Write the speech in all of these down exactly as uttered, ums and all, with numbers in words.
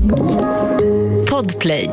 Podplay.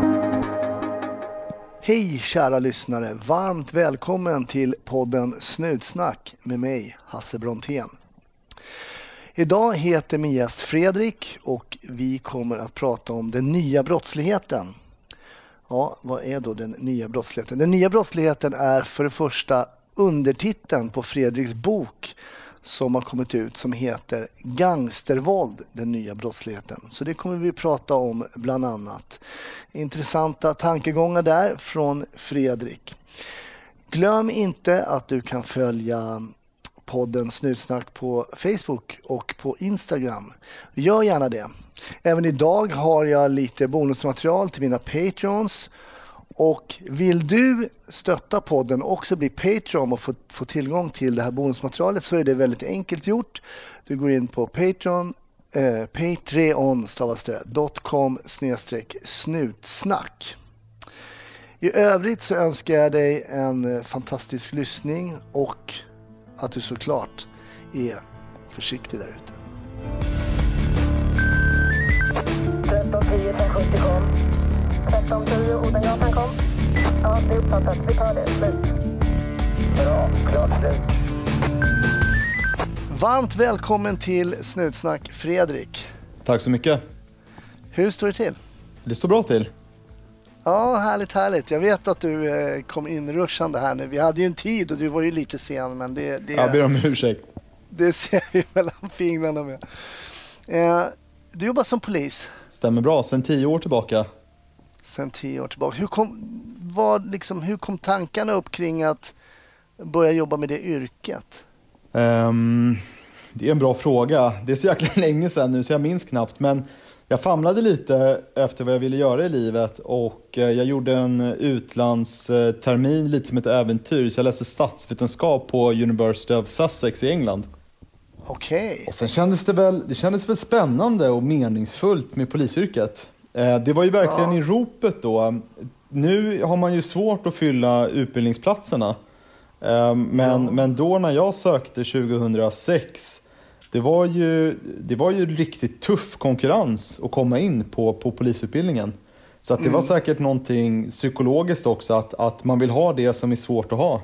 Hej kära lyssnare, varmt välkommen till podden Snutsnack med mig, Hasse Brontén. Idag heter min gäst Fredrik och vi kommer att prata om den nya brottsligheten. Ja, vad är då den nya brottsligheten? Den nya brottsligheten är för det första undertiteln på Fredriks bok som har kommit ut som heter Gangstervåld, den nya brottsligheten. Så det kommer vi prata om bland annat. Intressanta tankegångar där från Fredrik. Glöm inte att du kan följa podden Snutsnack på Facebook och på Instagram. Gör gärna det. Även idag har jag lite bonusmaterial till mina Patreons. Och vill du stötta podden och också bli Patreon och få, få tillgång till det här bonusmaterialet så är det väldigt enkelt gjort. Du går in på Patreon, eh, Patreon stavas det, .com snedstreck snutsnack. I övrigt så önskar jag dig en fantastisk lyssning och att du såklart är försiktig där ute. tretton tio sjuttio kom. tretton tio Odengatan kom. Ja, det är uppfattat. Vi tar det. Slut. Bra, klart slut. Varmt välkommen till Snutsnack, Fredrik. Tack så mycket. Hur står det till? Det står bra till. Ja, härligt, härligt. Jag vet att du eh, kom in rushande här nu. Vi hade ju en tid och du var ju lite sen, men det... det Jag ber om ursäkt. Det ser vi mellan fingrarna med. Eh, du jobbar som polis. Stämmer bra, sen tio år tillbaka. Sen tio år tillbaka. Hur kom, vad, liksom, hur kom tankarna upp kring att börja jobba med det yrket? Um, det är en bra fråga. Det är så jäkla länge sedan nu så jag minns knappt. Men jag famlade lite efter vad jag ville göra i livet. Och jag gjorde en utlandstermin lite som ett äventyr. Så jag läste statsvetenskap på University of Sussex i England. Okej. Okay. Och sen kändes det väl, det kändes väl spännande och meningsfullt med polisyrket. Det var ju verkligen ja. i ropet då. Nu har man ju svårt att fylla utbildningsplatserna. Men, ja. men då när jag sökte tjugohundrasex, det var ju, det var ju riktigt tuff konkurrens att komma in på, på polisutbildningen. Så att det mm. var säkert någonting psykologiskt också, att, att man vill ha det som är svårt att ha.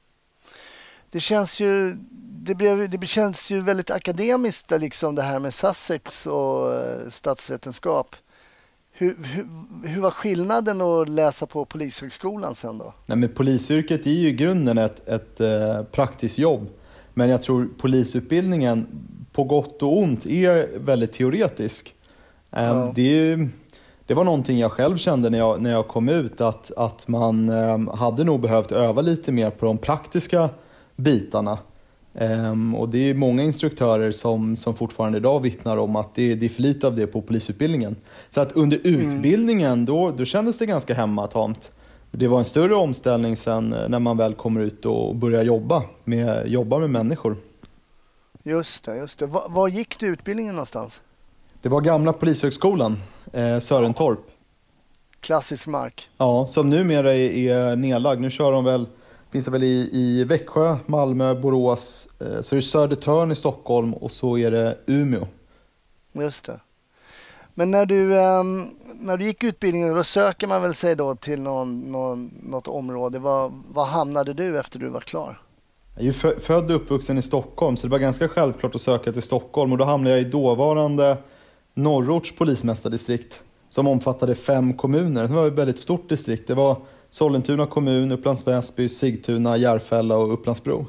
Det känns ju, det, blev, det känns ju väldigt akademiskt liksom det här med Sussex och statsvetenskap. Hur, hur, hur var skillnaden att läsa på polishögskolan sen då? Nej, men polisyrket är ju i grunden ett, ett eh, praktiskt jobb. Men jag tror polisutbildningen på gott och ont är väldigt teoretisk. Eh, ja. det, det var någonting jag själv kände när jag, när jag kom ut. Att, att man eh, hade nog behövt öva lite mer på de praktiska bitarna. Um, och det är många instruktörer som, som fortfarande idag vittnar om att det, det är för lite av det på polisutbildningen. Så att under utbildningen mm. då, då kändes det ganska hemmatamt. Det var en större omställning sen när man väl kommer ut och börjar jobba med, jobba med människor. Just det, just det. Var, var gick du utbildningen någonstans? Det var gamla polishögskolan, eh, Sörentorp. Klassisk mark. Ja, som numera är, är nedlagd. Nu kör de väl... Finns det väl i, i Växjö, Malmö, Borås, eh, så är det Södertörn i Stockholm och så är det Umeå. Just det. Men när du, eh, när du gick utbildningen då söker man väl sig då till någon, någon, något område. Var, var hamnade du efter du var klar? Jag är ju fö- född och uppvuxen i Stockholm så det var ganska självklart att söka till Stockholm. Och då hamnade jag i dåvarande Norrorts polismästardistrikt som omfattade fem kommuner. Det var ett väldigt stort distrikt. Det var Sollentuna kommun, Upplands Väsby, Sigtuna, Järfälla och Upplandsbro.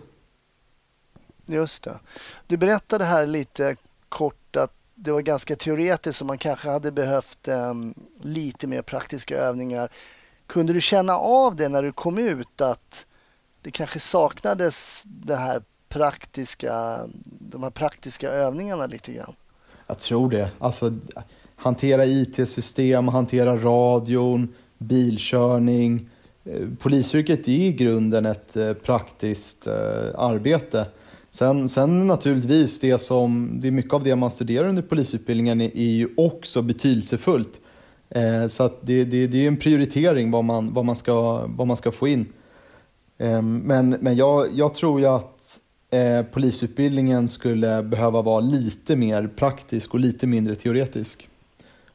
Just det. Du berättade här lite kort att det var ganska teoretiskt och man kanske hade behövt um, lite mer praktiska övningar. Kunde du känna av det när du kom ut att det kanske saknades det här praktiska, de här praktiska övningarna lite grann? Jag tror det. Alltså, hantera I T-system, hantera radion, bilkörning. Polisyrket är i grunden ett praktiskt arbete. Sen, sen naturligtvis det som det är mycket av det man studerar under polisutbildningen är, är ju också betydelsefullt. Eh, så att det, det, det är en prioritering vad man, vad man, ska, vad man ska få in. Eh, men men jag, jag tror ju att eh, polisutbildningen skulle behöva vara lite mer praktisk och lite mindre teoretisk.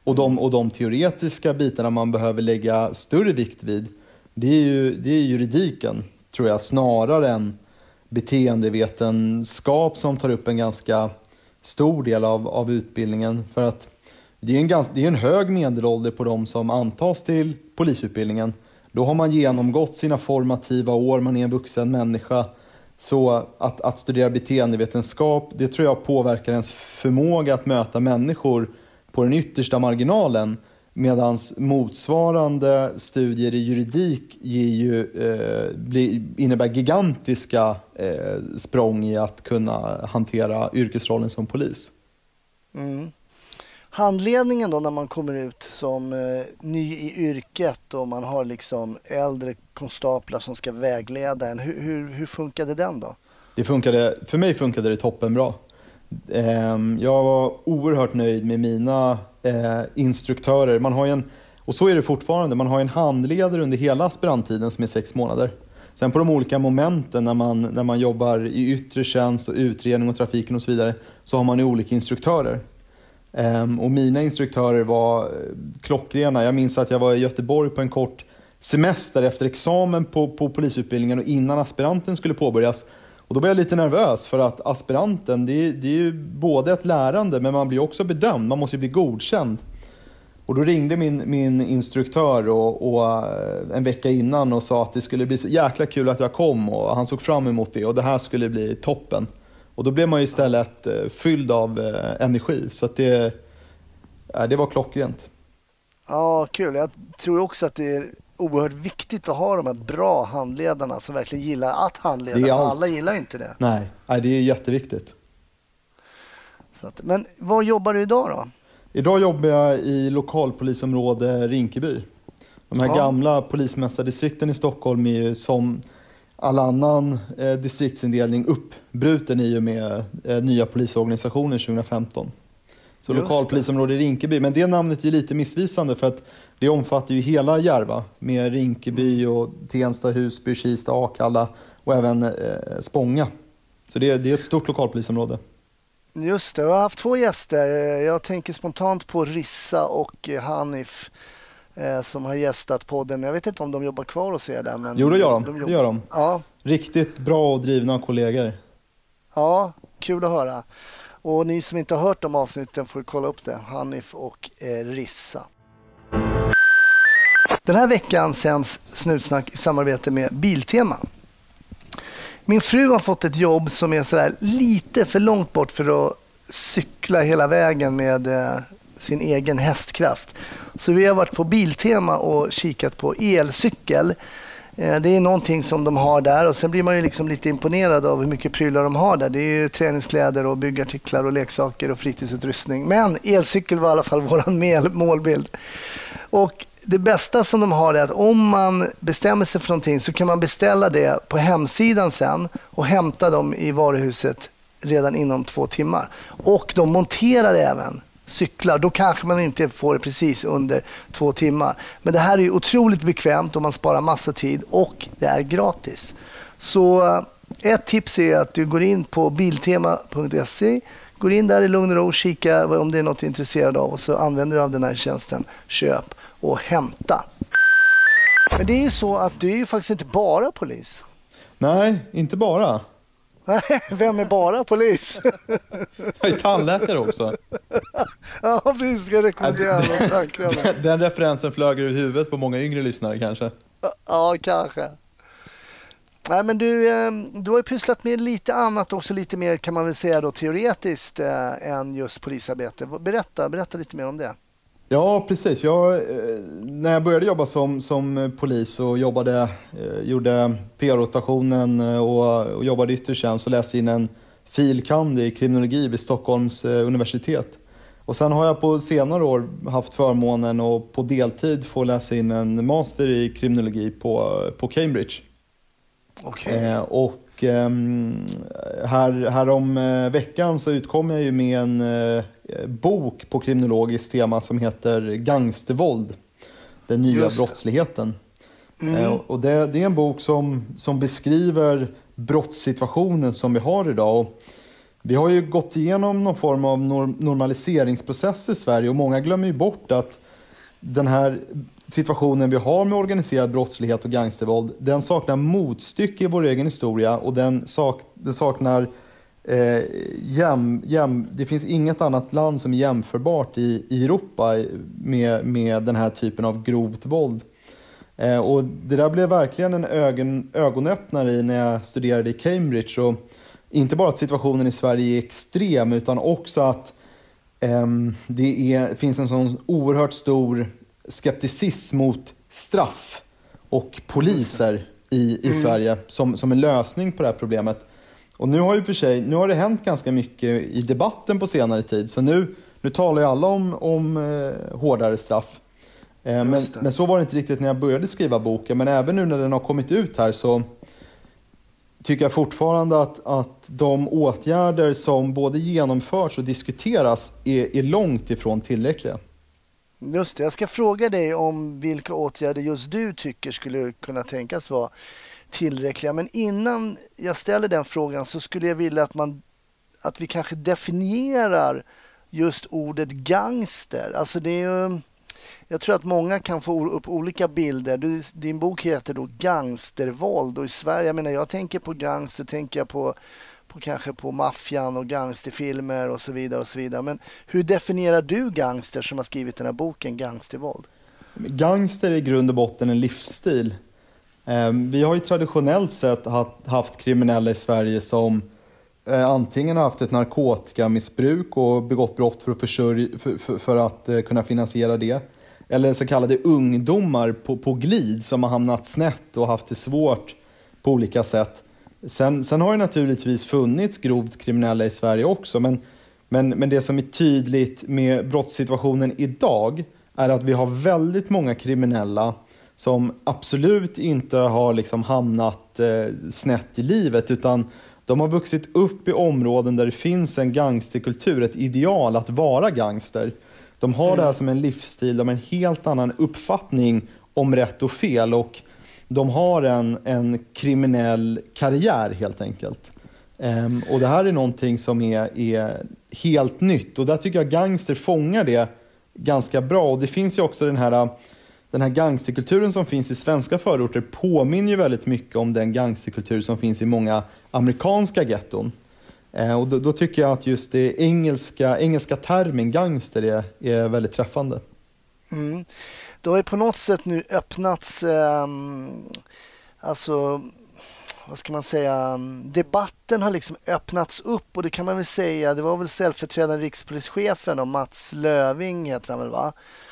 Och de, och de teoretiska bitarna man behöver lägga större vikt vid, det är ju det är juridiken, tror jag, snarare än beteendevetenskap som tar upp en ganska stor del av, av utbildningen. För att det är, en ganska, det är en hög medelålder på de som antas till polisutbildningen. Då har man genomgått sina formativa år, man är en vuxen människa. Så att, att studera beteendevetenskap, det tror jag påverkar ens förmåga att möta människor på den yttersta marginalen. Medan motsvarande studier i juridik ger ju, eh, blir, innebär gigantiska eh, språng i att kunna hantera yrkesrollen som polis. Mm. Handledningen då när man kommer ut som eh, ny i yrket och man har liksom äldre konstaplar som ska vägleda en. Hur, hur, hur funkade den då? Det funkade, för mig funkade det toppenbra. Eh, jag var oerhört nöjd med mina eh, instruktörer. Man har ju en, och så är det fortfarande, man har en handledare under hela aspiranttiden som är sex månader. Sen på de olika momenten när man, när man jobbar i yttre tjänst och utredning och trafiken och så vidare, så har man ju olika instruktörer. Um, och mina instruktörer var klockrena. Jag minns att jag var i Göteborg på en kort semester efter examen på, på polisutbildningen och innan aspiranten skulle påbörjas. Och då var jag lite nervös för att aspiranten, det, det är ju både ett lärande men man blir också bedömd. Man måste ju bli godkänd. Och då ringde min, min instruktör och, och en vecka innan och sa att det skulle bli så jäkla kul att jag kom, och han såg fram emot det och det här skulle bli toppen. Och då blev man ju istället fylld av energi. Så att det, det var klockrent. Ja, kul. Jag tror också att det är oerhört viktigt att ha de här bra handledarna som verkligen gillar att handleda. För alla gillar inte det. Nej, det är jätteviktigt. Så att, men vad jobbar du idag då? Idag jobbar jag i lokalpolisområde Rinkeby. De här ja. gamla polismästardistrikten i Stockholm är ju som all annan eh, distriktsindelning uppbruten i och med eh, nya polisorganisationen tjugohundrafemton. Så just lokalpolisområde Rinkeby, men det namnet är ju lite missvisande för att det omfattar ju hela Järva med Rinkeby och Tensta, Husby, Kista, Akalla och även eh, Spånga. Så det, det är ett stort lokalpolisområde. Just det, jag har haft två gäster. Jag tänker spontant på Rissa och Hanif eh, som har gästat podden. Jag vet inte om de jobbar kvar hos er där. Men jo, det gör de. de det gör de. Ja. Riktigt bra och drivna kollegor. Ja, kul att höra. Och ni som inte har hört de avsnitten får kolla upp det. Hanif och eh, Rissa. Den här veckan sänds Snutsnack i samarbete med Biltema. Min fru har fått ett jobb som är så där lite för långt bort för att cykla hela vägen med eh, sin egen hästkraft. Så vi har varit på Biltema och kikat på elcykel. Eh, det är någonting som de har där och sen blir man ju liksom lite imponerad av hur mycket prylar de har där. Det är ju träningskläder och byggartiklar och leksaker och fritidsutrustning. Men elcykel var i alla fall vår målbild. Och det bästa som de har är att om man bestämmer sig för någonting så kan man beställa det på hemsidan sen och hämta dem i varuhuset redan inom två timmar. Och de monterar även cyklar. Då kanske man inte får det precis under två timmar. Men det här är ju otroligt bekvämt och man sparar massa tid och det är gratis. Så ett tips är att du går in på biltema punkt se, går in där i lugn och ro och kika om det är något du är intresserad av och så använder du av den här tjänsten köp och hämta. Men det är ju så att du är ju faktiskt inte bara polis. Nej, inte bara. Vem är bara polis? Jag är tandläkare också. Ja, precis. Ska jag rekommendera någon tankar. Den, den referensen flög ur huvudet på många yngre lyssnare kanske. Ja, kanske. Nej, men du, du har ju pysslat med lite annat också, lite mer kan man väl säga då teoretiskt äh, än just polisarbete. Berätta, berätta lite mer om det. Ja, precis. Jag, när jag började jobba som, som polis och jobbade, eh, gjorde P R-rotationen och, och jobbade i yttre tjänst så läste in en filkand i kriminologi vid Stockholms eh, universitet. Och sen har jag på senare år haft förmånen att på deltid få läsa in en master i kriminologi på, på Cambridge. Okay. Eh, och eh, här, här om eh, veckan så utkom jag ju med en eh, bok på kriminologiskt tema som heter Gangstervåld, den nya brottsligheten. Mm. Eh, och det, det är en bok som, som beskriver brottssituationen som vi har idag. Och vi har ju gått igenom någon form av norm- normaliseringsprocess i Sverige och många glömmer ju bort att den här situationen vi har med organiserad brottslighet och gangstervåld, den saknar motstycke i vår egen historia och den, sak, den saknar eh, jäm, jäm, det finns inget annat land som är jämförbart i, i Europa med, med den här typen av grovt våld. Eh, och det där blev verkligen en ögon, ögonöppnare i när jag studerade i Cambridge. Och inte bara att situationen i Sverige är extrem utan också att eh, det är, finns en sån oerhört stor skepticism mot straff och poliser i, i mm. Sverige som, som en lösning på det här problemet. Och nu har ju för sig, nu har det hänt ganska mycket i debatten på senare tid. Så nu, nu talar ju alla om, om eh, hårdare straff. Eh, men, men så var det inte riktigt när jag började skriva boken. Men även nu när den har kommit ut här så tycker jag fortfarande att, att de åtgärder som både genomförs och diskuteras är, är långt ifrån tillräckliga. Just det, jag ska fråga dig om vilka åtgärder just du tycker skulle kunna tänkas vara tillräckliga. Men innan jag ställer den frågan så skulle jag vilja att, man, att vi kanske definierar just ordet gangster. Alltså det är ju, jag tror att många kan få upp olika bilder. Du, din bok heter då Gangstervåld och i Sverige, jag menar jag tänker på gangster, tänker jag på på kanske på maffian och gangsterfilmer och så vidare och så vidare. Men hur definierar du gangster som har skrivit den här boken Gangstervåld? Gangster är i grund och botten en livsstil. Vi har ju traditionellt sett haft kriminella i Sverige som antingen har haft ett narkotikamissbruk och begått brott för att, försörja, för, för, för att kunna finansiera det. Eller så kallade ungdomar på, på glid som har hamnat snett och haft det svårt på olika sätt. Sen, sen har det naturligtvis funnits grovt kriminella i Sverige också. Men, men, men det som är tydligt med brottssituationen idag är att vi har väldigt många kriminella som absolut inte har liksom hamnat eh, snett i livet utan de har vuxit upp i områden där det finns en gangsterkultur, ett ideal att vara gangster. De har mm. det här som en livsstil, de har en helt annan uppfattning om rätt och fel och de har en, en kriminell karriär helt enkelt. Um, och det här är någonting som är, är helt nytt. Och där tycker jag gangster fångar det ganska bra. Och det finns ju också den här, den här gangsterkulturen som finns i svenska förorter påminner ju väldigt mycket om den gangsterkultur som finns i många amerikanska getton. Uh, och då, då tycker jag att just det engelska, engelska termen gangster är, är väldigt träffande. Mm. Det har ju på något sätt nu öppnats, eh, alltså vad ska man säga, debatten har liksom öppnats upp och det kan man väl säga, det var väl ställföreträdande rikspolischefen och Mats Löving heter han väl va?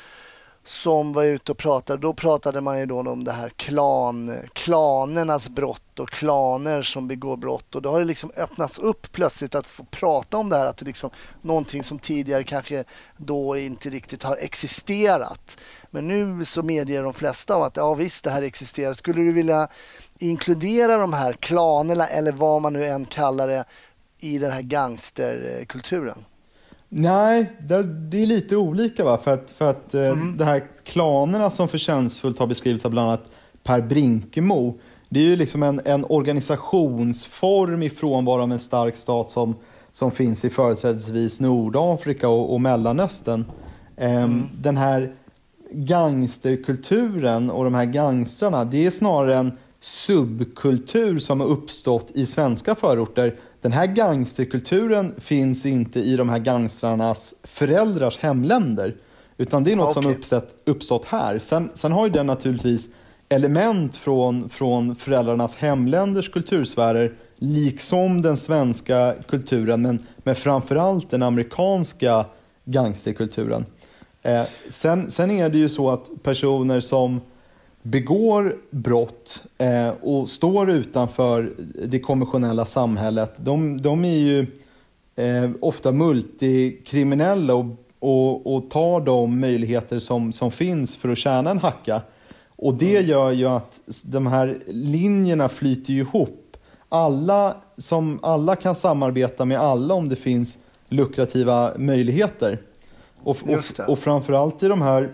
Som var ute och pratade, då pratade man ju då om det här klan, klanernas brott och klaner som begår brott och då har det liksom öppnats upp plötsligt att få prata om det här, att det liksom någonting som tidigare kanske då inte riktigt har existerat. Men nu så medger de flesta om att ja visst det här existerar. Skulle du vilja inkludera de här klanerna eller vad man nu än kallar det i den här gangsterkulturen? Nej, det, det är lite olika va? För att, för att mm. de här klanerna som förtjänstfullt har beskrivits av bland annat Per Brinkemo, det är ju liksom en, en organisationsform ifrån var av en stark stat som, som finns i företrädesvis Nordafrika och, och Mellanöstern. Mm. Um, den här gangsterkulturen och de här gangstrarna, det är snarare en subkultur som har uppstått i svenska förorter. Den här gangsterkulturen finns inte i de här gangstrarnas föräldrars hemländer. Utan det är något okay. som uppstått, uppstått här. Sen, sen har ju den naturligtvis element från, från föräldrarnas hemländers kultursfärer. Liksom den svenska kulturen. Men, men framförallt den amerikanska gangsterkulturen. Eh, sen, sen är det ju så att personer som begår brott eh, och står utanför det konventionella samhället, de, de är ju eh, ofta multikriminella och, och, och tar de möjligheter som, som finns för att tjäna en hacka. Och det gör ju att de här linjerna flyter ihop. Alla, som, alla kan samarbeta med alla om det finns lukrativa möjligheter. Och, och, och framförallt i de här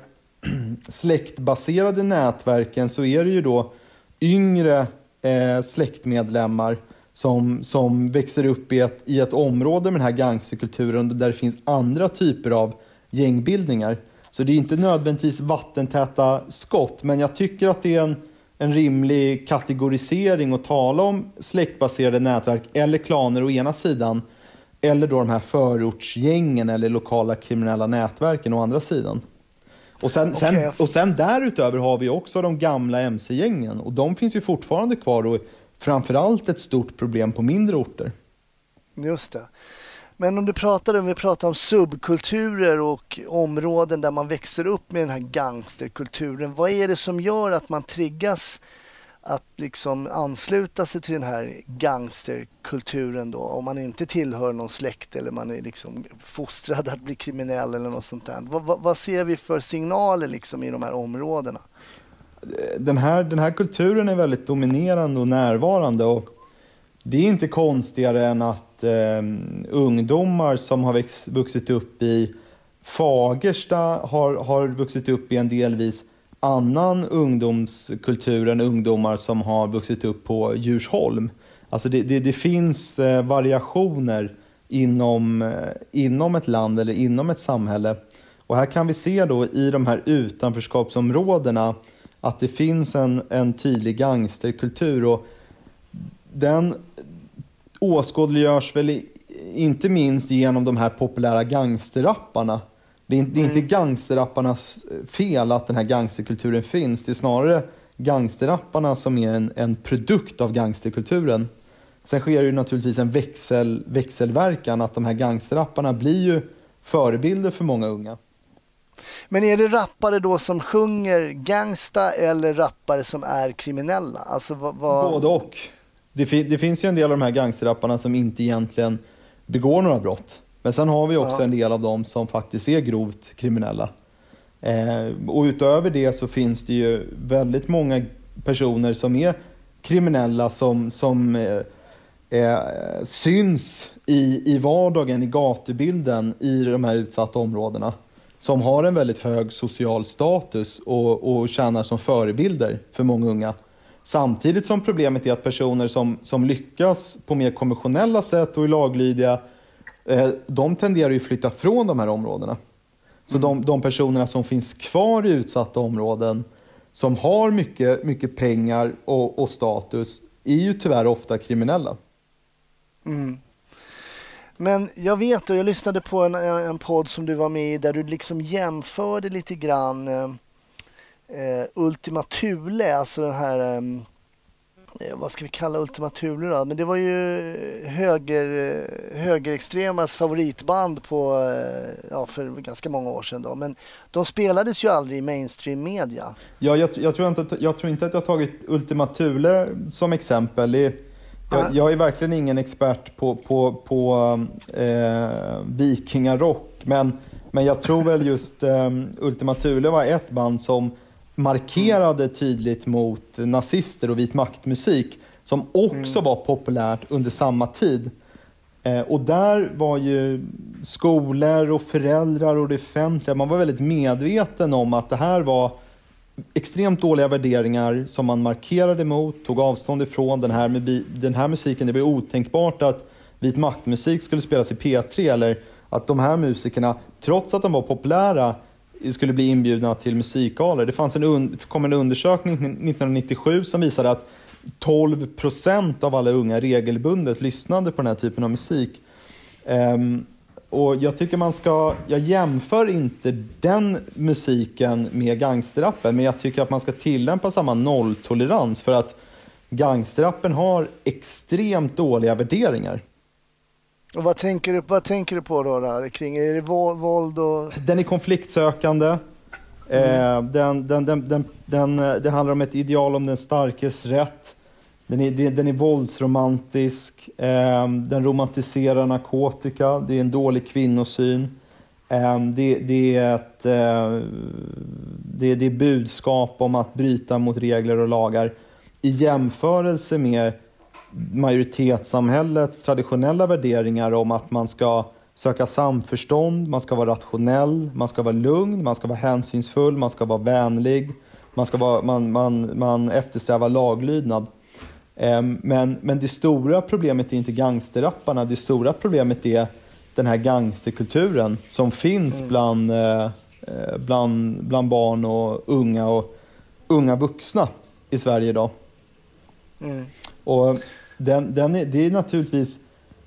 släktbaserade nätverken så är det ju då yngre eh, släktmedlemmar som, som växer upp i ett, i ett område med den här gangsterkulturen där det finns andra typer av gängbildningar. Så det är inte nödvändigtvis vattentäta skott, men jag tycker att det är en, en rimlig kategorisering att tala om släktbaserade nätverk eller klaner å ena sidan, eller då de här förortsgängen eller lokala kriminella nätverken å andra sidan. Och sen, okay. sen, och sen därutöver har vi också de gamla M C-gängen, och de finns ju fortfarande kvar och framförallt ett stort problem på mindre orter. Just det. Men om du pratar om, vi pratar om subkulturer och områden där man växer upp med den här gangsterkulturen. Vad är det som gör att man triggas att liksom ansluta sig till den här gangsterkulturen då? Om man inte tillhör någon släkt eller man är liksom fostrad att bli kriminell eller något sånt där. Vad, vad, vad ser vi för signaler liksom i de här områdena? Den här, den här kulturen är väldigt dominerande och närvarande, och det är inte konstigare än att eh, ungdomar som har växt, vuxit upp i Fagersta har, har vuxit upp i en delvis annan ungdomskultur än ungdomar som har vuxit upp på Djursholm. Alltså det, det, det finns eh, variationer inom, eh, inom ett land eller inom ett samhälle. Och här kan vi se då i de här utanförskapsområdena att det finns en, en tydlig gangsterkultur, och den åskådliggörs väl inte minst genom de här populära gangsterrapparna. Det är, det är inte gangsterrapparnas fel att den här gangsterkulturen finns. Det är snarare gangsterrapparna som är en, en produkt av gangsterkulturen. Sen sker ju naturligtvis en växel, växelverkan, att de här gangsterrapparna blir ju förebilder för många unga. Men är det rappare då som sjunger gangsta eller rappare som är kriminella? Alltså vad, vad... Både och. Det, fin- det finns ju en del av de här gangsterrapparna som inte egentligen begår några brott. Men sen har vi också ja. en del av dem som faktiskt är grovt kriminella. Eh, och utöver det så finns det ju väldigt många personer som är kriminella som, som eh, eh, syns i, i vardagen, i gatubilden i de här utsatta områdena. Som har en väldigt hög social status och, och tjänar som förebilder för många unga. Samtidigt som problemet är att personer som, som lyckas på mer konventionella sätt och är laglydiga, eh, de tenderar ju flytta från de här områdena. Så mm. de, de personerna som finns kvar i utsatta områden, som har mycket, mycket pengar och, och status, är ju tyvärr ofta kriminella. Mm. Men jag vet, och jag lyssnade på en, en podd som du var med i där du liksom jämförde lite grann eh, Ultima Thule, alltså den här, eh, vad ska vi kalla Ultima Thule då? Men det var ju höger, högerextremas favoritband på, eh, ja, för ganska många år sedan då. Men de spelades ju aldrig i mainstream media. Ja, jag, jag, tror inte att, jag tror inte att jag har tagit Ultima Thule som exempel. Det Jag, jag är verkligen ingen expert på, på, på eh, vikingarock, men, men jag tror väl just eh, Ultima Thule var ett band som markerade tydligt mot nazister och vit maktmusik, som också mm. var populärt under samma tid. Eh, och där var ju skolor och föräldrar och det offentliga, man var väldigt medveten om att det här var extremt dåliga värderingar som man markerade mot, tog avstånd ifrån. Den här, den här musiken, det var otänkbart att vit maktmusik skulle spelas i P tre, eller att de här musikerna, trots att de var populära, skulle bli inbjudna till musikgaler. Det fanns en, un, kom en undersökning nittonhundranittiosju som visade att tolv procent av alla unga regelbundet lyssnade på den här typen av musik. Um, Och jag tycker man ska, jag jämför inte den musiken med gangsterrappen, men jag tycker att man ska tillämpa samma nolltolerans, för att gangsterrappen har extremt dåliga värderingar. Och vad tänker du, vad tänker du på då, då kring, är det våld och... Den är konfliktsökande. Mm. Eh, den, den, den, den, den, det handlar om ett ideal om den starkes rätt. Den är, den är våldsromantisk, eh, den romantiserar narkotika, det är en dålig kvinnosyn. Eh, det, det, är ett, eh, det, det är budskap om att bryta mot regler och lagar. I jämförelse med majoritetssamhällets traditionella värderingar om att man ska söka samförstånd, man ska vara rationell, man ska vara lugn, man ska vara hänsynsfull, man ska vara vänlig, man, ska vara, man, man, man eftersträvar laglydnad. Men, men det stora problemet är inte gangsterrapparna. Det stora problemet är den här gangsterkulturen som finns mm. bland, bland, bland barn och unga och unga vuxna i Sverige idag. Mm. Och den, den är, det är naturligtvis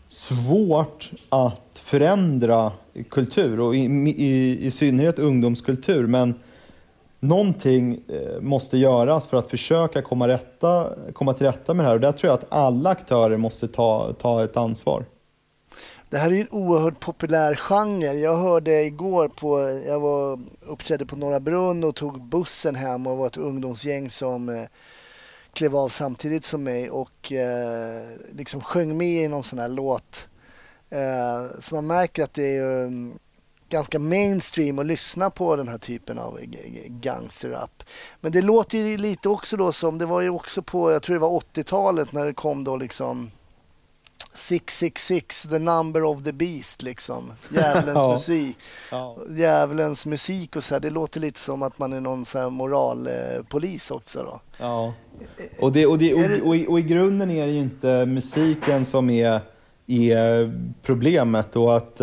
svårt att förändra kultur och i, i, i synnerhet ungdomskultur, men någonting måste göras för att försöka komma, rätta, komma till rätta med det här, och där tror jag att alla aktörer måste ta, ta ett ansvar. Det här är ju en oerhört populär genre. Jag hörde igår på, jag var uppträdde på Norra Brunn och tog bussen hem och var ett ungdomsgäng som eh, klev av samtidigt som mig och eh, liksom sjöng med i någon sån här låt. Eh, så man märker att det är um, ganska mainstream att lyssna på den här typen av gangsterrap. Men det låter ju lite också då som, det var ju också på, jag tror det var åttiotalet när det kom då liksom sex sex sex, the number of the beast liksom. Djävulens ja. musik. Ja. Djävulens musik och så här. Det låter lite som att man är någon så här moralpolis eh, också då. Ja. Och, det, och, det, och, och, i, och i grunden är det ju inte musiken som är, är problemet, och att,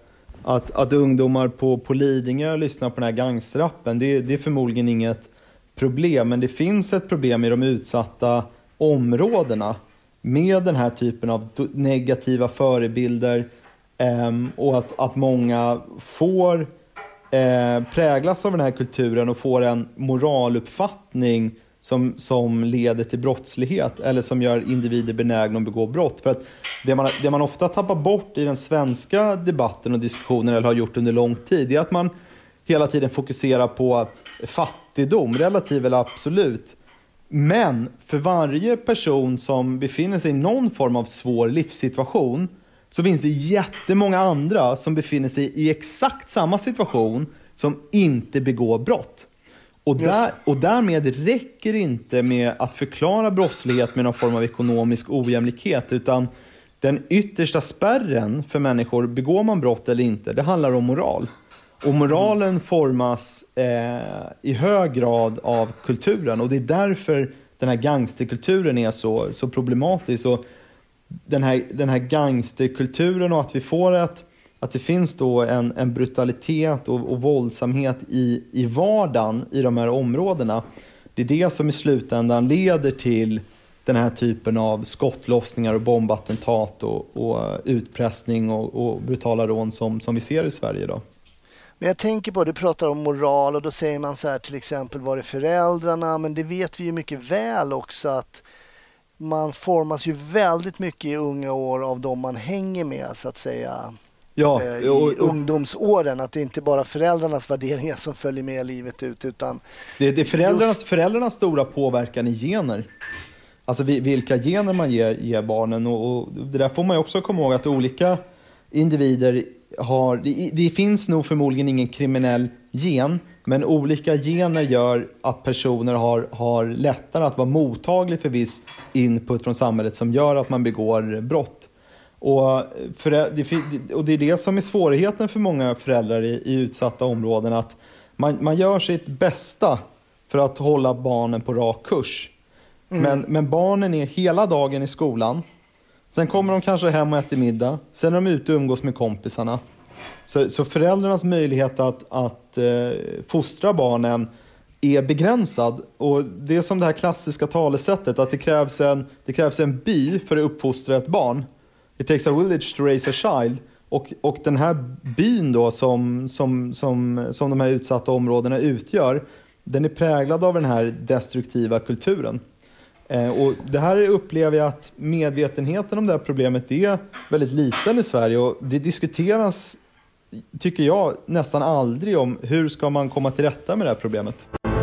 att, att ungdomar på, på Lidingö lyssnar på den här gangsterrappen, det, det är förmodligen inget problem, men det finns ett problem i de utsatta områdena med den här typen av negativa förebilder eh, och att, att många får eh, präglas av den här kulturen och får en moraluppfattning som, som leder till brottslighet eller som gör individer benägna att begå brott. För att det man, det man ofta tappar bort i den svenska debatten och diskussionen, eller har gjort under lång tid, är att man hela tiden fokuserar på fattigdom, relativ eller absolut. Men för varje person som befinner sig i någon form av svår livssituation så finns det jättemånga andra som befinner sig i exakt samma situation som inte begår brott. Och, där, och därmed räcker det inte med att förklara brottslighet med någon form av ekonomisk ojämlikhet, utan den yttersta spärren för människor, begår man brott eller inte, det handlar om moral. Och moralen formas eh, i hög grad av kulturen, och det är därför den här gangsterkulturen är så, så problematisk. Och den här, den här gangsterkulturen, och att vi får ett, att det finns då en, en brutalitet och, och våldsamhet i, i vardagen i de här områdena, det är det som i slutändan leder till den här typen av skottlossningar och bombattentat och, och utpressning och, och brutala rån som, som vi ser i Sverige idag. Men jag tänker på, du pratar om moral och då säger man så här, till exempel var det föräldrarna, men det vet vi ju mycket väl också att man formas ju väldigt mycket i unga år av de man hänger med så att säga. Ja, i och, och, ungdomsåren, att det inte bara föräldrarnas värderingar som följer med livet ut, utan det, det är föräldrarnas, just... föräldrarnas stora påverkan i gener. Alltså vilka gener man ger, ger barnen, och, och det där får man ju också komma ihåg att olika individer har, det, det finns nog förmodligen ingen kriminell gen, men olika gener gör att personer har, har lättare att vara mottaglig för viss input från samhället som gör att man begår brott. Och, för det, och det är det som är svårigheten för många föräldrar i, i utsatta områden, att man, man gör sitt bästa för att hålla barnen på rak kurs. Mm. Men, men barnen är hela dagen i skolan. Sen kommer de kanske hem och äter middag. Sen är de ute och umgås med kompisarna. Så, så föräldrarnas möjlighet att, att eh, fostra barnen är begränsad. Och det är som det här klassiska talesättet, att det krävs en, det krävs en by för att uppfostra ett barn. It takes a village to raise a child. Och, och den här byn då som, som, som, som de här utsatta områdena utgör, den är präglad av den här destruktiva kulturen. Och det här upplever jag att medvetenheten om det här problemet är väldigt liten i Sverige, och det diskuteras, tycker jag, nästan aldrig om hur ska man komma till rätta med det här problemet.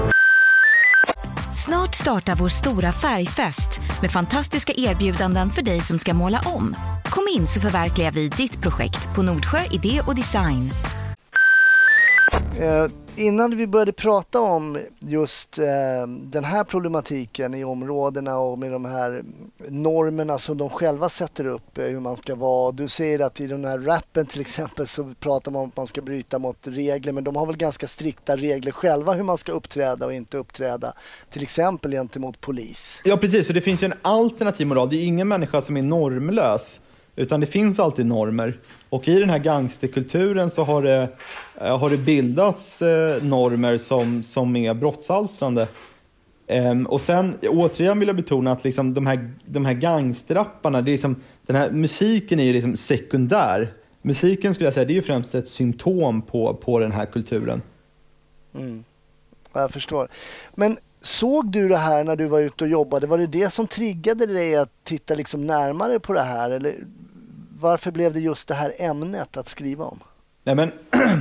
Snart startar vår stora färgfest med fantastiska erbjudanden för dig som ska måla om. Kom in så förverkligar vi ditt projekt på Nordsjö Idé och Design. innan vi började prata om just eh, den här problematiken i områdena och med de här normerna som de själva sätter upp, eh, hur man ska vara. Du säger att i den här rappen till exempel så pratar man om att man ska bryta mot regler, men de har väl ganska strikta regler själva hur man ska uppträda och inte uppträda, till exempel gentemot polis. Ja, precis. Så det finns ju en alternativ moral. Det är ingen människa som är normlös, utan det finns alltid normer. Och i den här gangsterkulturen så har det, har det bildats eh, normer som, som är brottsalstrande. Ehm, och sen återigen vill jag betona att liksom de här, de här gangsterrapparna, det är liksom, den här musiken är ju liksom sekundär. Musiken skulle jag säga, det är ju främst ett symptom på, på den här kulturen. Mm. Jag förstår. Men såg du det här när du var ute och jobbade? Var det det som triggade dig att titta liksom närmare på det här? Eller varför blev det just det här ämnet att skriva om? Nej, men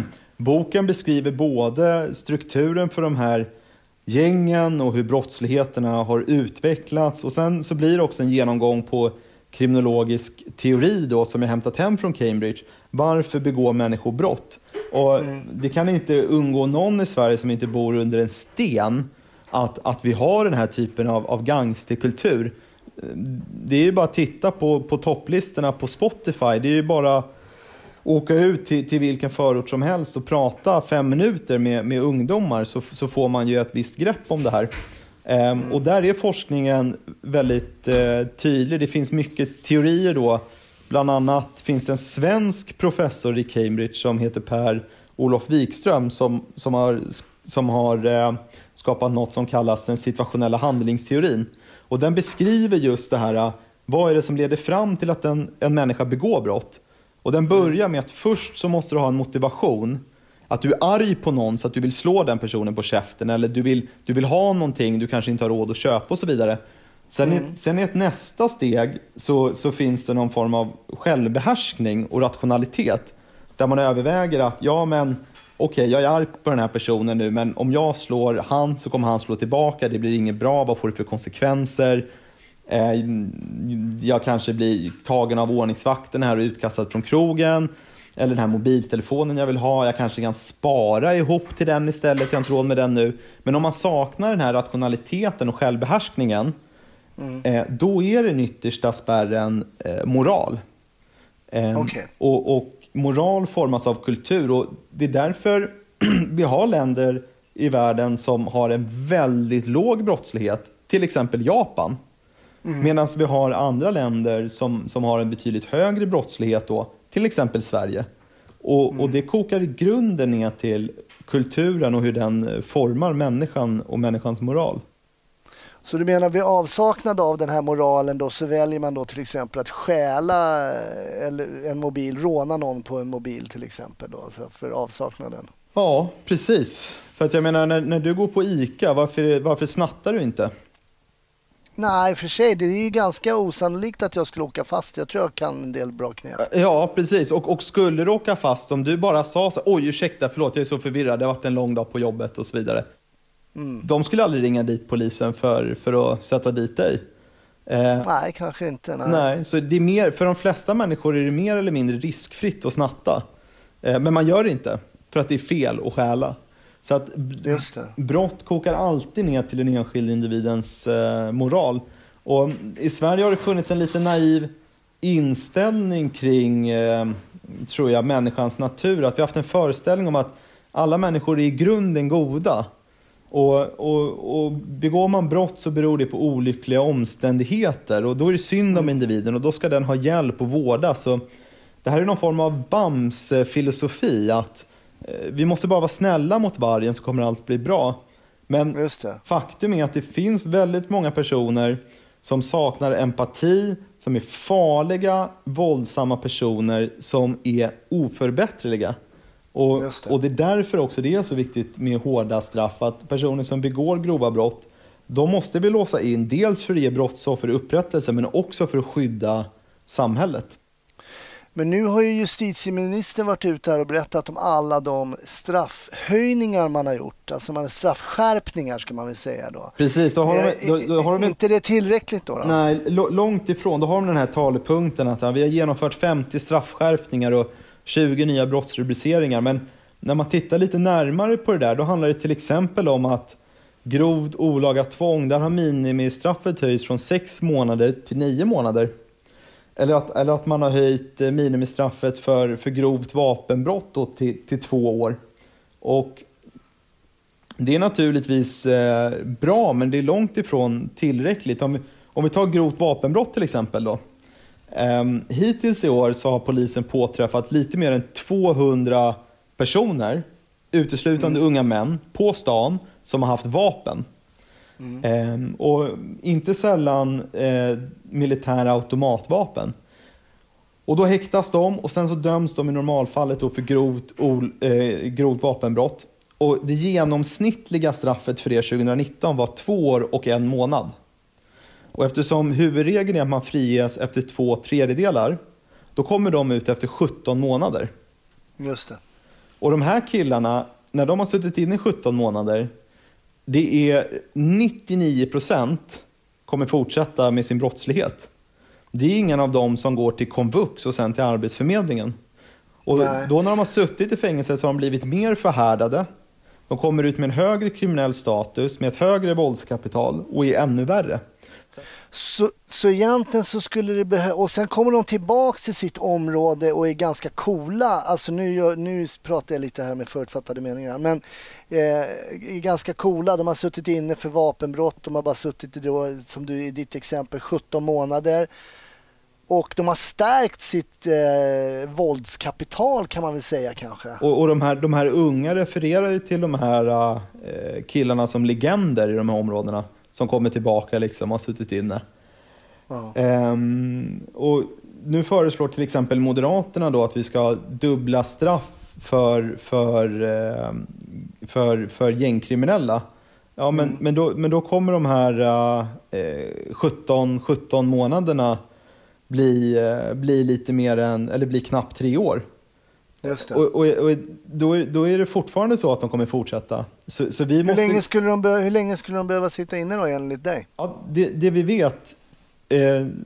boken beskriver både strukturen för de här gängen och hur brottsligheterna har utvecklats. Och sen så blir det också en genomgång på kriminologisk teori då, som jag hämtat hem från Cambridge. Varför begår människor brott? Och mm. det kan inte undgå någon i Sverige som inte bor under en sten att, att vi har den här typen av, av gangsterkultur. Det är ju bara att titta på, på topplistorna på Spotify. Det är ju bara åka ut till, till vilken förort som helst och prata fem minuter med, med ungdomar, så, så får man ju ett visst grepp om det här. Um, och där är forskningen väldigt uh, tydlig. Det finns mycket teorier då. Bland annat finns det en svensk professor i Cambridge som heter Per-Olof Wikström som, som har, som har uh, skapat något som kallas den situationella handlingsteorin. Och den beskriver just det här, uh, vad är det som leder fram till att en, en människa begår brott. Och den börjar med att först så måste du ha en motivation. Att du är arg på någon så att du vill slå den personen på käften. Eller du vill, du vill ha någonting du kanske inte har råd att köpa och så vidare. Sen, mm. i, sen i ett nästa steg så, så finns det någon form av självbehärskning och rationalitet. Där man överväger att, ja men okej, okay, jag är arg på den här personen nu. Men om jag slår han så kommer han slå tillbaka. Det blir inget bra, vad får det för konsekvenser? Eh, jag kanske blir tagen av ordningsvakten här och utkastad från krogen. Eller den här mobiltelefonen jag vill ha. Jag kanske kan spara ihop till den istället. Jag har inte råd med den nu. Men om man saknar den här rationaliteten och självbehärskningen. Mm. Eh, då är den yttersta spärren eh, moral. Eh, okay. och, och moral formas av kultur. Och det är därför vi har länder i världen som har en väldigt låg brottslighet. Till exempel Japan. Mm. Medan vi har andra länder som, som har en betydligt högre brottslighet då. Till exempel Sverige. Och, mm. och det kokar i grunden ner till kulturen och hur den formar människan och människans moral. Så du menar vid avsaknad av den här moralen då så väljer man då till exempel att stjäla eller en mobil, råna någon på en mobil till exempel då, alltså för avsaknaden? Ja, precis. För att jag menar när, när du går på ICA, varför, varför snattar du inte? Nej, för sig. Det är ju ganska osannolikt att jag skulle åka fast. Jag tror jag kan en del bra knep. Ja, precis. Och, och skulle du åka fast om du bara sa så, oj ursäkta, förlåt jag är så förvirrad, det har varit en lång dag på jobbet och så vidare. Mm. De skulle aldrig ringa dit polisen för, för att sätta dit dig. Eh, nej, kanske inte. Nej. nej, så det är mer, för de flesta människor är det mer eller mindre riskfritt att snatta. Eh, men man gör det inte för att det är fel att stjäla. Så att Just det. brott kokar alltid ner till den enskilda individens eh, moral. Och i Sverige har det funnits en lite naiv inställning kring, eh, tror jag, människans natur. Att vi har haft en föreställning om att alla människor är i grunden goda. Och, och, och begår man brott så beror det på olyckliga omständigheter. Och då är det synd om individen och då ska den ha hjälp och vårdas. Så det här är någon form av Bams-filosofi att vi måste bara vara snälla mot vargen så kommer allt bli bra. Men Just det. faktum är att det finns väldigt många personer som saknar empati, som är farliga, våldsamma personer som är oförbätterliga. Och det. och det är därför också det är så viktigt med hårda straff. Att personer som begår grova brott, de måste vi låsa in. Dels för att ge brottsoffer upprättelse men också för att skydda samhället. Men nu har ju justitieministern varit ute här och berättat om alla de straffhöjningar man har gjort. Alltså man har straffskärpningar ska man väl säga då. Precis, då har de, då, då har de inte det tillräckligt då, då? Nej, långt ifrån. Då har de den här talepunkten att ja, vi har genomfört femtio straffskärpningar och tjugo nya brottsrubriceringar. Men när man tittar lite närmare på det där, då handlar det till exempel om att grovt olaga tvång, där har minimistraffet höjts från sex månader till nio månader. Eller att, eller att man har höjt minimistraffet för, för grovt vapenbrott då till, till två år. Och det är naturligtvis eh, bra, men det är långt ifrån tillräckligt. Om vi, om vi tar grovt vapenbrott till exempel då. Eh, hittills i år så har polisen påträffat lite mer än tvåhundra personer, uteslutande mm. unga män, på stan som har haft vapen. Mm. Eh, och inte sällan eh, militära automatvapen. Och då häktas de och sen så döms de i normalfallet då för grovt, ol, eh, grovt vapenbrott. Och det genomsnittliga straffet för det tjugonitton var två år och en månad. Och eftersom huvudregeln är att man friges efter två tredjedelar, då kommer de ut efter sjutton månader. Just det. Och de här killarna, när de har suttit in i sjutton månader, det är nittionio procent kommer fortsätta med sin brottslighet. Det är ingen av dem som går till komvux och sen till Arbetsförmedlingen. Och Nej. Då när de har suttit i fängelse så har de blivit mer förhärdade. De kommer ut med en högre kriminell status, med ett högre våldskapital och är ännu värre. Så, så egentligen så skulle det behöva... Och sen kommer de tillbaka till sitt område och är ganska coola. Alltså nu, gör, nu pratar jag lite här med förutfattade meningar. Men eh, är ganska coola. De har suttit inne för vapenbrott. De har bara suttit i, då, som du i ditt exempel, sjutton månader. Och de har stärkt sitt eh, våldskapital kan man väl säga kanske. Och, och de, här, de här unga refererar ju till de här äh, killarna som legender i de här områdena. Som kommer tillbaka liksom och har suttit inne. Ja. Ehm, och nu föreslår till exempel Moderaterna då att vi ska ha dubbla straff för, för, eh, för, för gängkriminella. Ja, men, mm. men, då, men då kommer de här eh, sjutton, sjutton månaderna bli, eh, bli lite mer än, eller bli knappt tre år. Just det. Och, och, och då, då är det fortfarande så att de kommer fortsätta. Så, så vi hur, måste... länge skulle de be- hur länge skulle de behöva sitta inne då enligt dig? Ja, det, det vi vet, eh,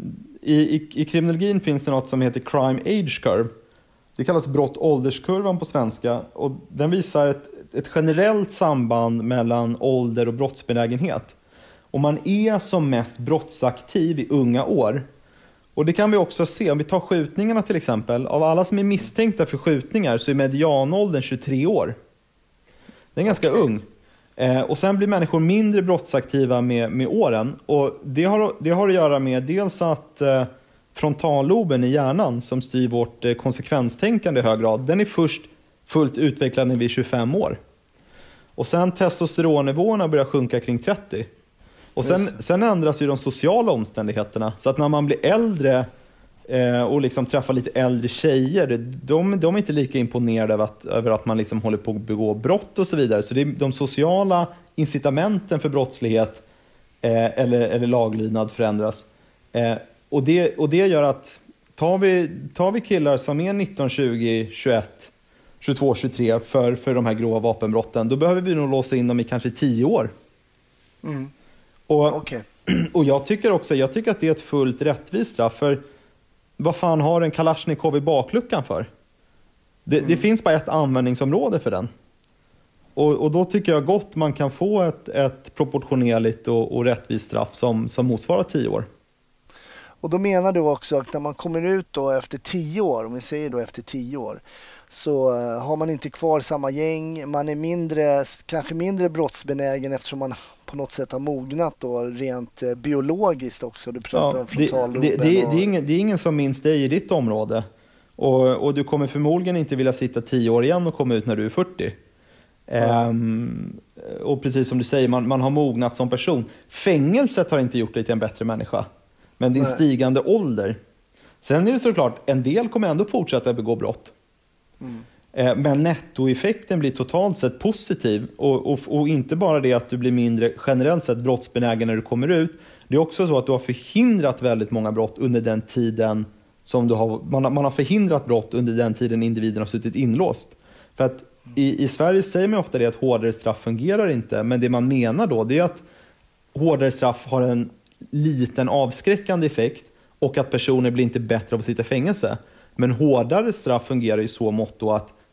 i, i, i kriminologin finns det något som heter crime age curve. Det kallas brott-ålderskurvan på svenska. Och den visar ett, ett generellt samband mellan ålder och brottsbenägenhet. Och man är som mest brottsaktiv i unga år. Och det kan vi också se, om vi tar skjutningarna till exempel. Av alla som är misstänkta för skjutningar så är medianåldern tjugotre år. Det är ganska okay. ung. Eh, och sen blir människor mindre brottsaktiva med, med åren. Och det har, det har att göra med dels att eh, frontalloben i hjärnan som styr vårt eh, konsekvenstänkande i hög grad, den är först fullt utvecklad när vi är tjugofem år. Och sen testosteronnivåerna börjar sjunka kring trettio. Och sen, sen ändras ju de sociala omständigheterna. Så att när man blir äldre eh, och liksom träffar lite äldre tjejer, de, de är inte lika imponerade över att, över att man liksom håller på att begå brott och så vidare. Så det är de sociala incitamenten för brottslighet eh, eller, eller laglydnad förändras. Eh, och, det, och det gör att tar vi, tar vi killar som är nitton, tjugo, tjugoett, tjugotvå, tjugotre för, för de här grova vapenbrotten, då behöver vi nog låsa in dem i kanske tio år. Mm. Och, okay. och jag tycker också jag tycker att det är ett fullt rättvist straff. För vad fan har en Kalashnikov i bakluckan för? Det, mm. det finns bara ett användningsområde för den. Och, och då tycker jag gott man kan få ett, ett proportionerligt och, och rättvist straff som, som motsvarar tio år. Och då menar du också att när man kommer ut då efter tio år, om vi säger då efter tio år, så har man inte kvar samma gäng, man är mindre, kanske mindre brottsbenägen eftersom man på något sätt har mognat då rent eh, biologiskt också. Du pratar ja, om frontalloben. Det, det, det, och... det, är ingen, det är ingen som minns dig i ditt område. Och, och du kommer förmodligen inte vilja sitta tio år igen och komma ut när du är fyrtio. Ja. Um, och precis som du säger, man, man har mognat som person. Fängelset har inte gjort dig till en bättre människa. Men din Nej. stigande ålder. Sen är det såklart, en del kommer ändå fortsätta begå brott. Mm. Men nettoeffekten blir totalt sett positiv. Och, och, och inte bara det att du blir mindre generellt sett brottsbenägen när du kommer ut. Det är också så att du har förhindrat väldigt många brott under den tiden som du har, man, har, man har förhindrat brott under den tiden individen har suttit inlåst. För att i, i Sverige säger man ofta det att hårdare straff fungerar inte. Men det man menar då, det är att hårdare straff har en liten avskräckande effekt och att personer blir inte bättre av att sitta i fängelse. Men hårdare straff fungerar i så mått då att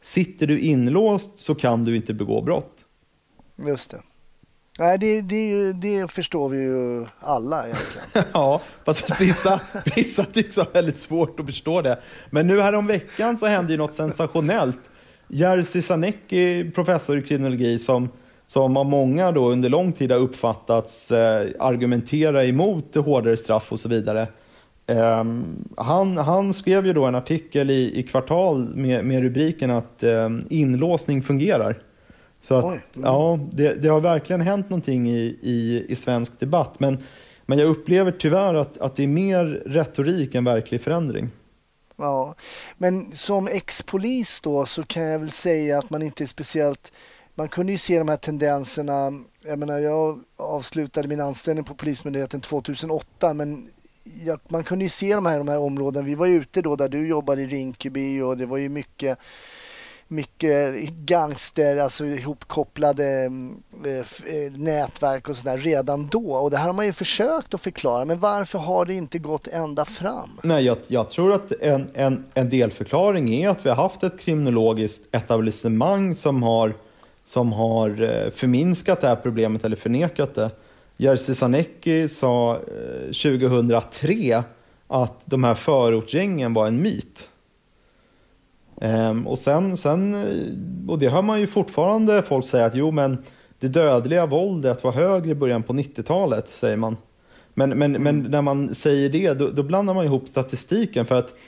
sitter du inlåst så kan du inte begå brott. Just det. Nej, det, det, det förstår vi ju alla egentligen. Ja, fast vissa, vissa tycks ha väldigt svårt att förstå det. Men nu här om veckan så hände ju något sensationellt. Jerzy Sarnecki, professor i kriminologi, som, som av många då under lång tid har uppfattats eh, argumentera emot hårdare straff och så vidare. Eh, han, han skrev ju då en artikel i, i Kvartal med, med rubriken att eh, inlåsning fungerar. Så att, mm. ja, det, det har verkligen hänt någonting i, i, i svensk debatt. Men, men jag upplever tyvärr att, att det är mer retorik än verklig förändring. Ja, men som ex-polis då så kan jag väl säga att man inte är speciellt... Man kunde ju se de här tendenserna. Jag menar, jag avslutade min anställning på Polismyndigheten tjugohundraåtta, men jag, man kunde ju se de här, de här områdena. Vi var ute då där du jobbade i Rinkeby och det var ju mycket... mycket gangster, alltså ihopkopplade eh, nätverk och sådär redan då. Och det här har man ju försökt att förklara, men varför har det inte gått ända fram? Nej, jag, jag tror att en, en, en delförklaring är att vi har haft ett kriminologiskt etablissemang som har, som har förminskat det här problemet eller förnekat det. Jerzy Sarnecki sa eh, tjugohundratre att de här förortsgängen var en myt. Um, och sen, sen, och det hör man ju fortfarande folk säga att jo, men det dödliga våldet var högre i början på nittiotalet, säger man. Men, men, mm. men när man säger det, då, då blandar man ihop statistiken, för att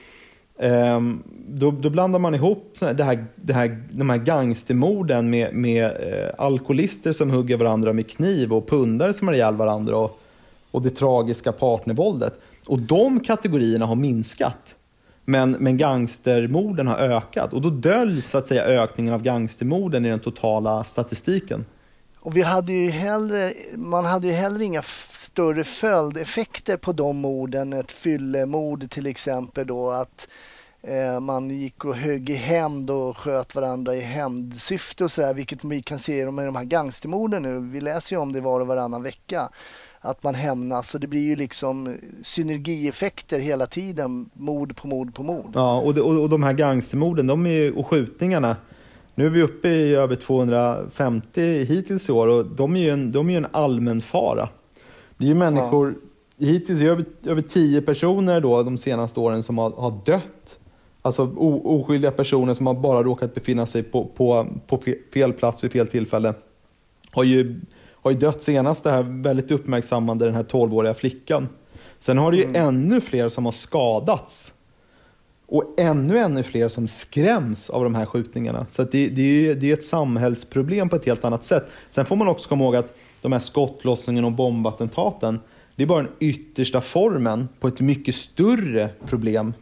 um, då, då blandar man ihop det här, det här, de här gangstermorden med, med uh, alkoholister som hugger varandra med kniv och pundare som har ihjäl varandra och, och det tragiska partnervåldet. Och de kategorierna har minskat. Men, men gangstermorden har ökat, och då döljs så att säga ökningen av gangstermorden i den totala statistiken. Och vi hade ju hellre, man hade ju heller inga f- större följdeffekter på de morden. Ett fyllemord till exempel då, att eh, man gick och högg i hämnd och sköt varandra i hämndsyfte och sådär, vilket vi kan se med de här gangstermorden nu. Vi läser ju om det var och varannan vecka. Att man hämnas, så det blir ju liksom synergieffekter hela tiden, mord på mord på mord. Ja, och, de, och de här gangstermorden, de är ju, och skjutningarna, nu är vi uppe i över tvåhundrafemtio hittills i år, och de är ju en, de är ju en allmän fara. Det är ju människor, ja. hittills är över, över tio personer då de senaste åren som har, har dött. Alltså o, oskyldiga personer som har bara råkat befinna sig på, på, på fel plats vid fel tillfälle. Har ju har ju dött senast, det här väldigt uppmärksammande, den här tolvåriga flickan. Sen har det ju mm. ännu fler som har skadats. Och ännu, ännu fler som skräms av de här skjutningarna. Så att det, det, är, det är ett samhällsproblem på ett helt annat sätt. Sen får man också komma ihåg att de här skottlossningen och bombattentaten, det är bara den yttersta formen på ett mycket större problem.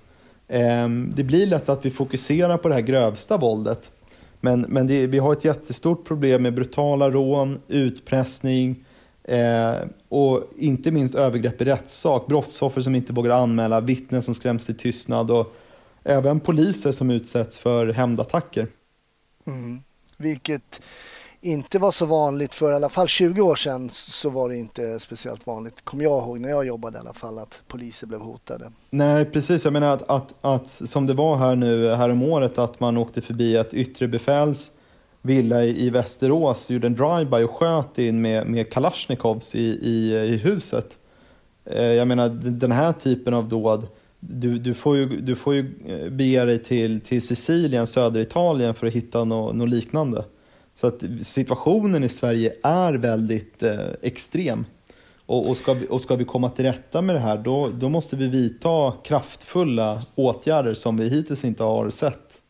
Det blir lätt att vi fokuserar på det här grövsta våldet. Men, men det, vi har ett jättestort problem med brutala rån, utpressning eh, och inte minst övergrepp i rättssak. Brottsoffer som inte vågar anmäla, vittnen som skräms till tystnad och även poliser som utsätts för hämndattacker. Mm. Vilket inte var så vanligt för i alla fall tjugo år sedan, så var det inte speciellt vanligt. Kommer jag ihåg när jag jobbade i alla fall, att poliser blev hotade. Nej, precis. Jag menar att, att, att som det var här nu här om året, att man åkte förbi ett yttre befäls villa i, i Västerås, gjorde en drive-by och sköt in med, med Kalashnikovs i, i, i huset. Eh, jag menar, den här typen av dåd, du, du, får, ju, du får ju bege dig till, till Sicilien, södra Italien, för att hitta något no liknande. Så att situationen i Sverige är väldigt eh, extrem. Och, och, ska vi, och ska vi komma till rätta med det här, då, då måste vi vidta kraftfulla åtgärder som vi hittills inte har sett.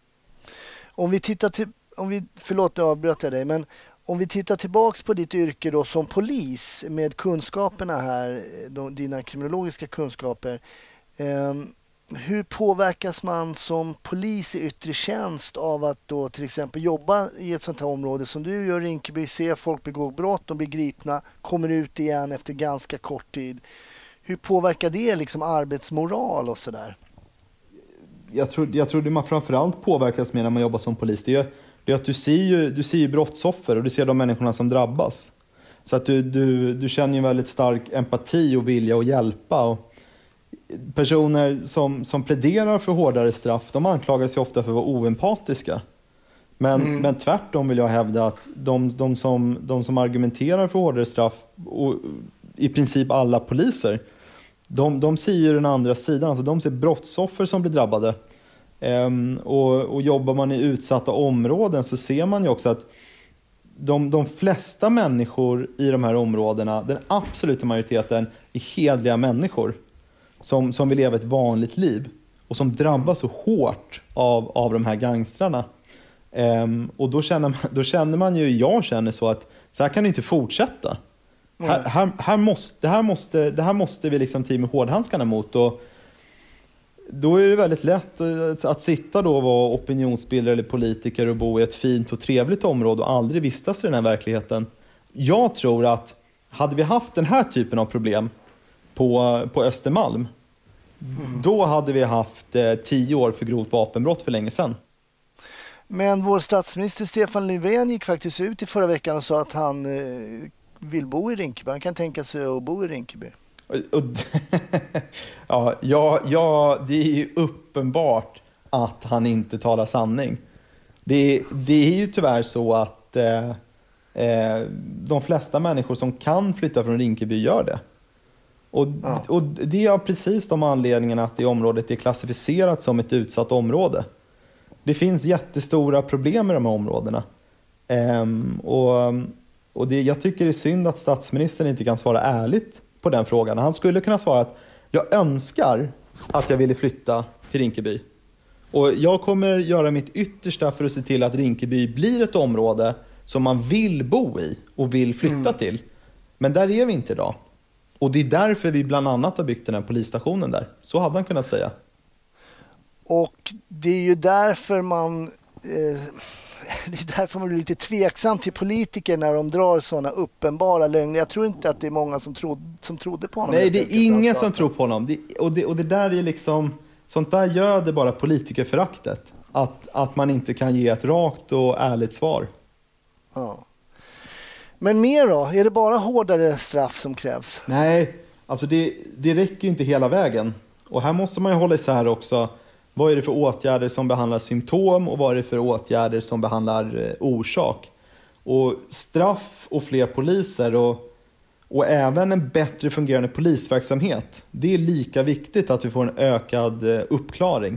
Om vi tittar till, om vi, förlåt, jag avbröt dig, men om vi tittar tillbaks på ditt yrke då som polis, med kunskaperna här, de, dina kriminologiska kunskaper. Eh, Hur påverkas man som polis i yttre tjänst av att då till exempel jobba i ett sånt här område som du gör i Rinkeby, se folk begå brott, de blir gripna, kommer ut igen efter ganska kort tid. Hur påverkar det liksom arbetsmoral och sådär? Jag tror, jag tror det man framförallt påverkas med när man jobbar som polis, det är, det är att du ser ju, du ser ju brottsoffer och du ser de människorna som drabbas. Så att du, du, du känner ju väldigt stark empati och vilja att hjälpa. Och personer som, som pläderar för hårdare straff, de anklagas ju ofta för att vara oempatiska. Men, mm. men tvärtom vill jag hävda att de, de, som, de som argumenterar för hårdare straff, och i princip alla poliser, de, de ser ju den andra sidan. Alltså de ser brottsoffer som blir drabbade. Um, och, och jobbar man i utsatta områden så ser man ju också att de, de flesta människor i de här områdena, den absoluta majoriteten, är hedliga människor som, som vill leva ett vanligt liv och som drabbas så hårt av, av de här gangstrarna. Um, och då känner, man, då känner man ju, jag känner så att så här kan det inte fortsätta. Mm. Här, här, här måste, det, här måste, det här måste vi liksom team med hårdhandskarna mot. Och då är det väldigt lätt att, att sitta då och vara opinionsbildare eller politiker och bo i ett fint och trevligt område och aldrig vistas i den här verkligheten. Jag tror att hade vi haft den här typen av problem på, på Östermalm, mm. då hade vi haft eh, tio år för grovt vapenbrott för länge sedan. Men vår statsminister Stefan Löfven gick faktiskt ut i förra veckan och sa att han eh, vill bo i Rinkeby. Han kan tänka sig att bo i Rinkeby. Och, och, ja, ja, ja, det är ju uppenbart att han inte talar sanning. Det, det är ju tyvärr så att eh, eh, de flesta människor som kan flytta från Rinkeby gör det. Och, ja. och det är precis de anledningarna att det området är klassificerat som ett utsatt område. Det finns jättestora problem med de här områdena. Ehm, och och det, jag tycker det är synd att statsministern inte kan svara ärligt på den frågan. Han skulle kunna svara att jag önskar att jag ville flytta till Rinkeby. Och jag kommer göra mitt yttersta för att se till att Rinkeby blir ett område som man vill bo i och vill flytta mm. till. Men där är vi inte idag. Och det är därför vi bland annat har byggt den här polisstationen där. Så hade han kunnat säga. Och det är ju därför man... Eh... Det är därför man blir lite tveksam till politiker när de drar sådana uppenbara lögner. Jag tror inte att det är många som, trodde, som trodde på honom. Nej, det är ingen alltså. som tror på honom. Det, och, det, och det där är liksom... Sånt där göder bara politikerföraktet. Att, att man inte kan ge ett rakt och ärligt svar. Ja. Men mer då? Är det bara hårdare straff som krävs? Nej, alltså det, det räcker ju inte hela vägen. Och här måste man ju hålla isär också... Vad är det för åtgärder som behandlar symptom och vad är det för åtgärder som behandlar eh, orsak? Och straff och fler poliser och, och även en bättre fungerande polisverksamhet. Det är lika viktigt att vi får en ökad eh, uppklaring.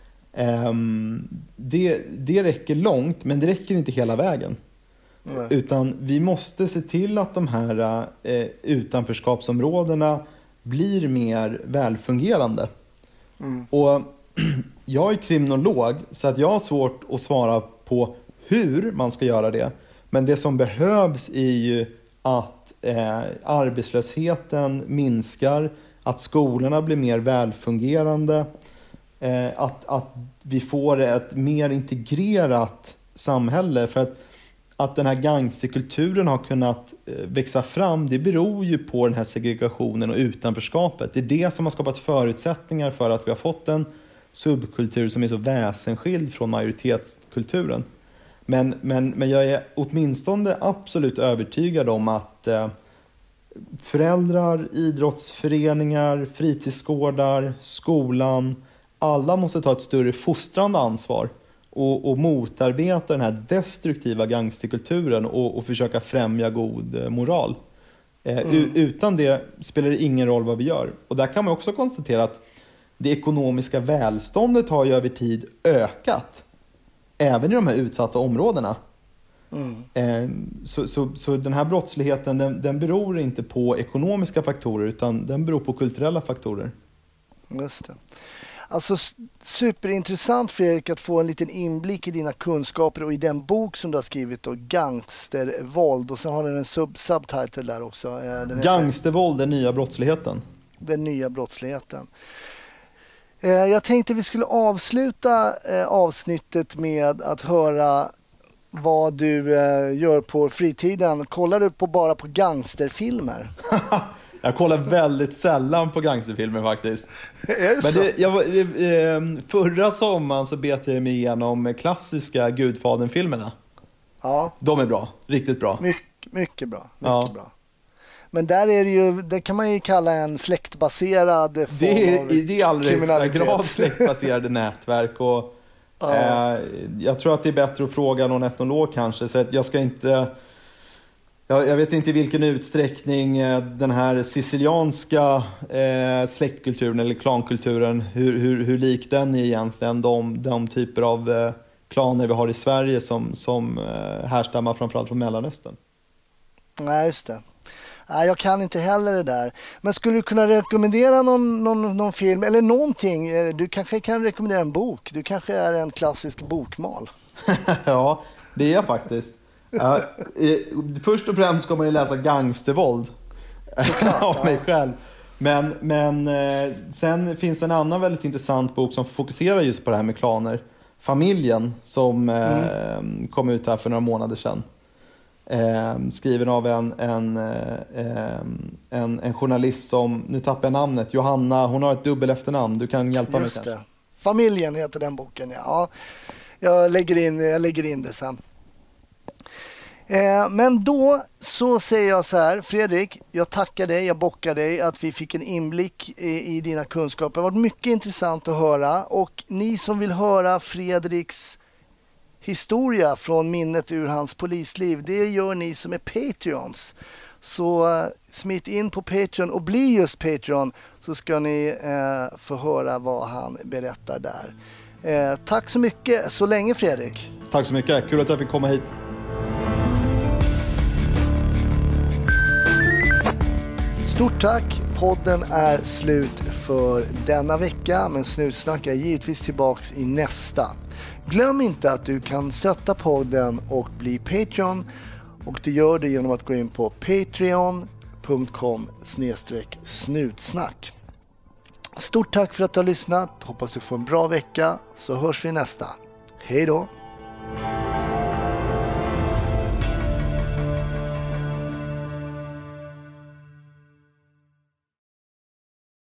Ehm, det, det räcker långt, men det räcker inte hela vägen. Mm. Utan vi måste se till att de här eh, utanförskapsområdena blir mer välfungerande. Mm. Och jag är kriminolog så att jag har svårt att svara på hur man ska göra det. Men det som behövs är ju att eh, arbetslösheten minskar, att skolorna blir mer välfungerande, eh, att, att vi får ett mer integrerat samhälle. För att, att den här gangsterkulturen har kunnat eh, växa fram, det beror ju på den här segregationen och utanförskapet. Det är det som har skapat förutsättningar för att vi har fått en subkultur som är så väsensskild från majoritetskulturen. Men, men, men jag är åtminstone absolut övertygad om att eh, föräldrar, idrottsföreningar, fritidsgårdar, skolan, alla måste ta ett större fostrande ansvar och, och motarbeta den här destruktiva gangsterkulturen och, och försöka främja god eh, moral. Eh, mm. Utan det spelar det ingen roll vad vi gör. Och där kan man också konstatera att det ekonomiska välståndet har ju över tid ökat. Även i de här utsatta områdena. Mm. Så, så, så den här brottsligheten den, den beror inte på ekonomiska faktorer utan den beror på kulturella faktorer. Just det. Alltså superintressant Fredrik att få en liten inblick i dina kunskaper och i den bok som du har skrivit då, Gangstervåld. Och så har den en sub subtitle där också. Den Gangstervåld, den nya brottsligheten. Den nya brottsligheten. Jag tänkte vi skulle avsluta avsnittet med att höra vad du gör på fritiden. Kollar du på bara på gangsterfilmer? Jag kollar väldigt sällan på gangsterfilmer faktiskt. Är det Men så? det, jag, eh, förra sommaren så bet jag mig igenom klassiska Gudfadern-filmerna. Ja. De är bra, riktigt bra. My, mycket bra, mycket ja. bra. Men där är det ju, det kan man ju kalla en släktbaserad form det är, av det är allra högsta grad släktbaserade nätverk och Ja. Eh, jag tror att det är bättre att fråga någon etnolog kanske. Så att jag ska inte... Jag, jag vet inte i vilken utsträckning eh, den här sicilianska eh, släktkulturen eller klankulturen, hur, hur, hur lik den är egentligen de, de typer av eh, klaner vi har i Sverige som, som eh, härstammar framförallt från Mellanöstern. Nej, just det. Nej, jag kan inte heller det där. Men skulle du kunna rekommendera någon, någon, någon film eller någonting? Du kanske kan rekommendera en bok. Du kanske är en klassisk bokmal. Ja, det är jag faktiskt. Uh, eh, först och främst ska man ju läsa Gangstervåld av mig själv. Men, men eh, sen finns en annan väldigt intressant bok som fokuserar just på det här med klaner. Familjen, som eh, mm. kom ut här för några månader sedan. Eh, skriven av en, en, eh, en, en journalist som, nu tappar jag namnet, Johanna, hon har ett dubbel efternamn, du kan hjälpa just mig det. kanske. Familjen heter den boken, ja. Jag lägger in, jag lägger in det sen. Eh, men då så säger jag så här, Fredrik, jag tackar dig, jag bockar dig att vi fick en inblick i, i dina kunskaper. Det har varit mycket intressant att höra, och ni som vill höra Fredriks historia från minnet ur hans polisliv, det gör ni som är Patreons. Så uh, smit in på Patreon och bli just Patreon, så ska ni uh, få höra vad han berättar där. Uh, tack så mycket så länge, Fredrik. Tack så mycket, kul att jag fick komma hit. Stort tack, podden är slut för denna vecka, men Snutsnack är givetvis tillbaks i nästa. Glöm inte att du kan stötta podden och bli Patreon, och du gör det genom att gå in på patreon punkt com snedstreck snutsnack. Stort tack för att du har lyssnat, hoppas du får en bra vecka, så hörs vi nästa. Hej då!